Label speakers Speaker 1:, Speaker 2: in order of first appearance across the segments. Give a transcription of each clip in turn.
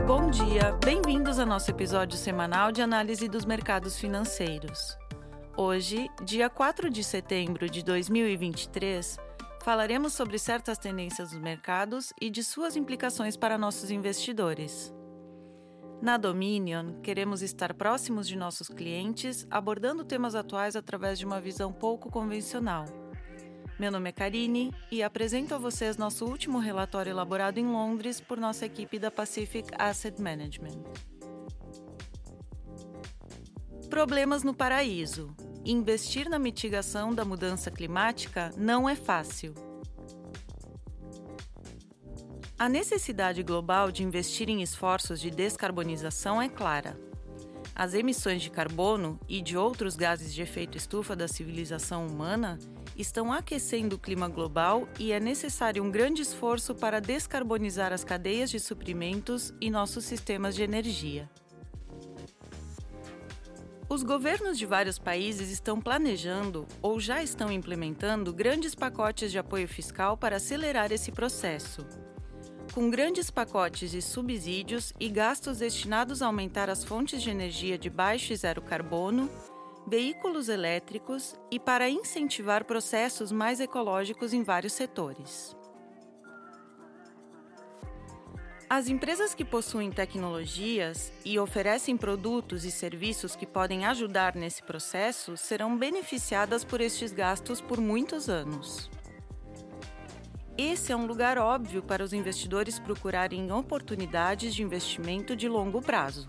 Speaker 1: Bom dia, bem-vindos ao nosso episódio semanal de análise dos mercados financeiros. Hoje, dia 4 de setembro de 2023, falaremos sobre certas tendências dos mercados e de suas implicações para nossos investidores. Na Dominion, queremos estar próximos de nossos clientes, abordando temas atuais através de uma visão pouco convencional. Meu nome é Karine e apresento a vocês nosso último relatório elaborado em Londres por nossa equipe da Pacific Asset Management. Problemas no paraíso. Investir na mitigação da mudança climática não é fácil. A necessidade global de investir em esforços de descarbonização é clara. As emissões de carbono e de outros gases de efeito estufa da civilização humana estão aquecendo o clima global e é necessário um grande esforço para descarbonizar as cadeias de suprimentos e nossos sistemas de energia. Os governos de vários países estão planejando ou já estão implementando grandes pacotes de apoio fiscal para acelerar esse processo. Com grandes pacotes de subsídios e gastos destinados a aumentar as fontes de energia de baixo e zero carbono, veículos elétricos e para incentivar processos mais ecológicos em vários setores. As empresas que possuem tecnologias e oferecem produtos e serviços que podem ajudar nesse processo serão beneficiadas por estes gastos por muitos anos. Esse é um lugar óbvio para os investidores procurarem oportunidades de investimento de longo prazo.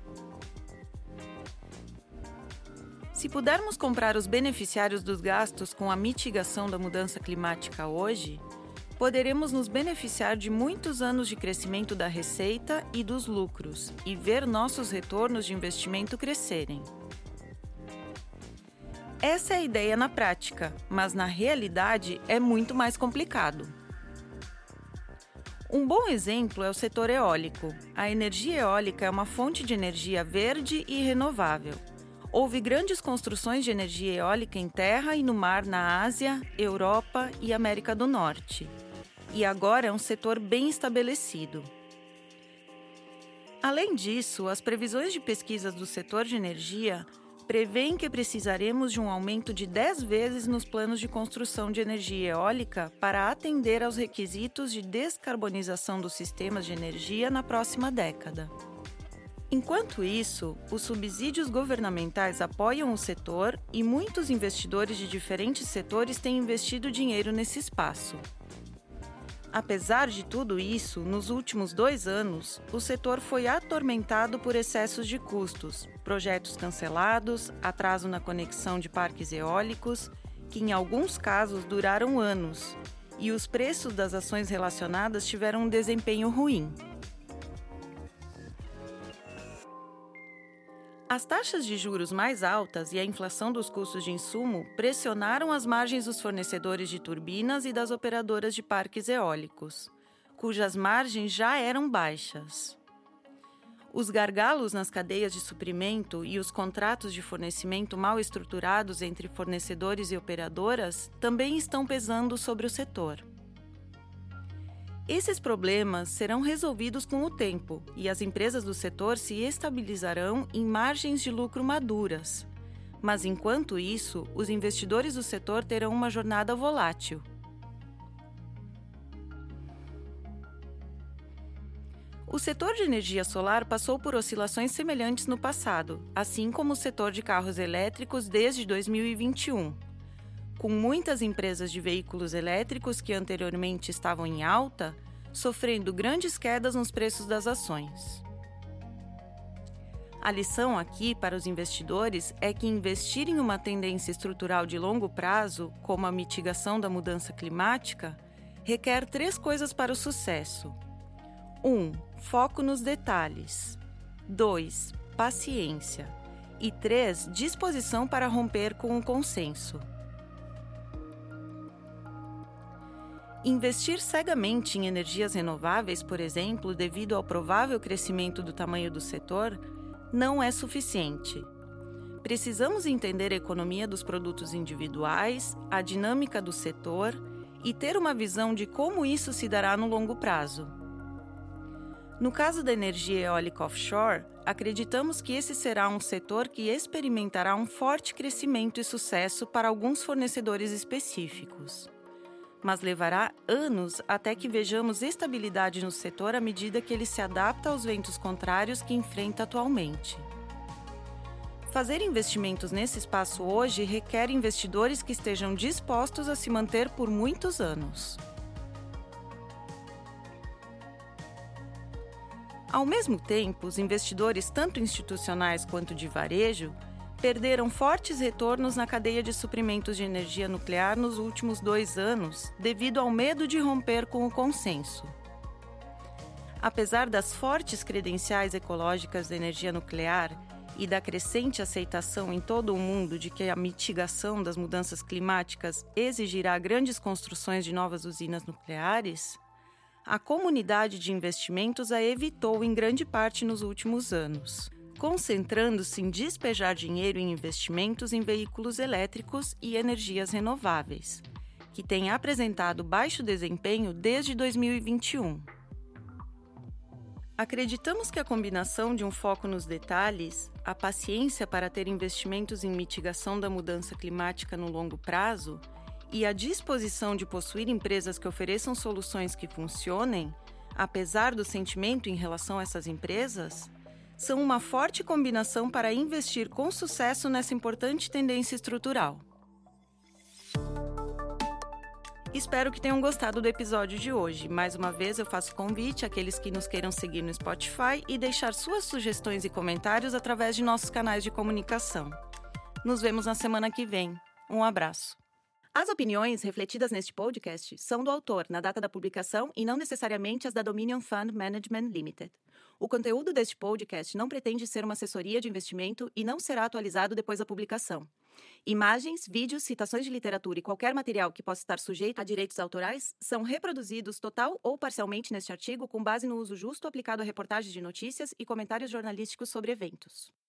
Speaker 1: Se pudermos comprar os beneficiários dos gastos com a mitigação da mudança climática hoje, poderemos nos beneficiar de muitos anos de crescimento da receita e dos lucros e ver nossos retornos de investimento crescerem. Essa é a ideia na prática, mas na realidade é muito mais complicado. Um bom exemplo é o setor eólico. A energia eólica é uma fonte de energia verde e renovável. Houve grandes construções de energia eólica em terra e no mar na Ásia, Europa e América do Norte. E agora é um setor bem estabelecido. Além disso, as previsões de pesquisas do setor de energia prevêem que precisaremos de um aumento de 10 vezes nos planos de construção de energia eólica para atender aos requisitos de descarbonização dos sistemas de energia na próxima década. Enquanto isso, os subsídios governamentais apoiam o setor e muitos investidores de diferentes setores têm investido dinheiro nesse espaço. Apesar de tudo isso, nos últimos 2 anos, o setor foi atormentado por excessos de custos, projetos cancelados, atraso na conexão de parques eólicos, que em alguns casos duraram anos, e os preços das ações relacionadas tiveram um desempenho ruim. As taxas de juros mais altas e a inflação dos custos de insumo pressionaram as margens dos fornecedores de turbinas e das operadoras de parques eólicos, cujas margens já eram baixas. Os gargalos nas cadeias de suprimento e os contratos de fornecimento mal estruturados entre fornecedores e operadoras também estão pesando sobre o setor. Esses problemas serão resolvidos com o tempo e as empresas do setor se estabilizarão em margens de lucro maduras. Mas, enquanto isso, os investidores do setor terão uma jornada volátil. O setor de energia solar passou por oscilações semelhantes no passado, assim como o setor de carros elétricos desde 2021. Com muitas empresas de veículos elétricos que anteriormente estavam em alta, sofrendo grandes quedas nos preços das ações. A lição aqui para os investidores é que investir em uma tendência estrutural de longo prazo, como a mitigação da mudança climática, requer 3 coisas para o sucesso. 1. Foco nos detalhes. 2. Paciência. E 3. Disposição para romper com o consenso. Investir cegamente em energias renováveis, por exemplo, devido ao provável crescimento do tamanho do setor, não é suficiente. Precisamos entender a economia dos produtos individuais, a dinâmica do setor e ter uma visão de como isso se dará no longo prazo. No caso da energia eólica offshore, acreditamos que esse será um setor que experimentará um forte crescimento e sucesso para alguns fornecedores específicos. Mas levará anos até que vejamos estabilidade no setor à medida que ele se adapta aos ventos contrários que enfrenta atualmente. Fazer investimentos nesse espaço hoje requer investidores que estejam dispostos a se manter por muitos anos. Ao mesmo tempo, os investidores, tanto institucionais quanto de varejo, perderam fortes retornos na cadeia de suprimentos de energia nuclear nos últimos 2 anos, devido ao medo de romper com o consenso. Apesar das fortes credenciais ecológicas da energia nuclear e da crescente aceitação em todo o mundo de que a mitigação das mudanças climáticas exigirá grandes construções de novas usinas nucleares, a comunidade de investimentos a evitou em grande parte nos últimos anos, concentrando-se em despejar dinheiro em investimentos em veículos elétricos e energias renováveis, que têm apresentado baixo desempenho desde 2021. Acreditamos que a combinação de um foco nos detalhes, a paciência para ter investimentos em mitigação da mudança climática no longo prazo e a disposição de possuir empresas que ofereçam soluções que funcionem, apesar do sentimento em relação a essas empresas, são uma forte combinação para investir com sucesso nessa importante tendência estrutural. Espero que tenham gostado do episódio de hoje. Mais uma vez, eu faço convite àqueles que nos queiram seguir no Spotify e deixar suas sugestões e comentários através de nossos canais de comunicação. Nos vemos na semana que vem. Um abraço. As opiniões refletidas neste podcast são do autor na data da publicação e não necessariamente as da Dominion Fund Management Limited. O conteúdo deste podcast não pretende ser uma assessoria de investimento e não será atualizado depois da publicação. Imagens, vídeos, citações de literatura e qualquer material que possa estar sujeito a direitos autorais são reproduzidos total ou parcialmente neste artigo com base no uso justo aplicado a reportagens de notícias e comentários jornalísticos sobre eventos.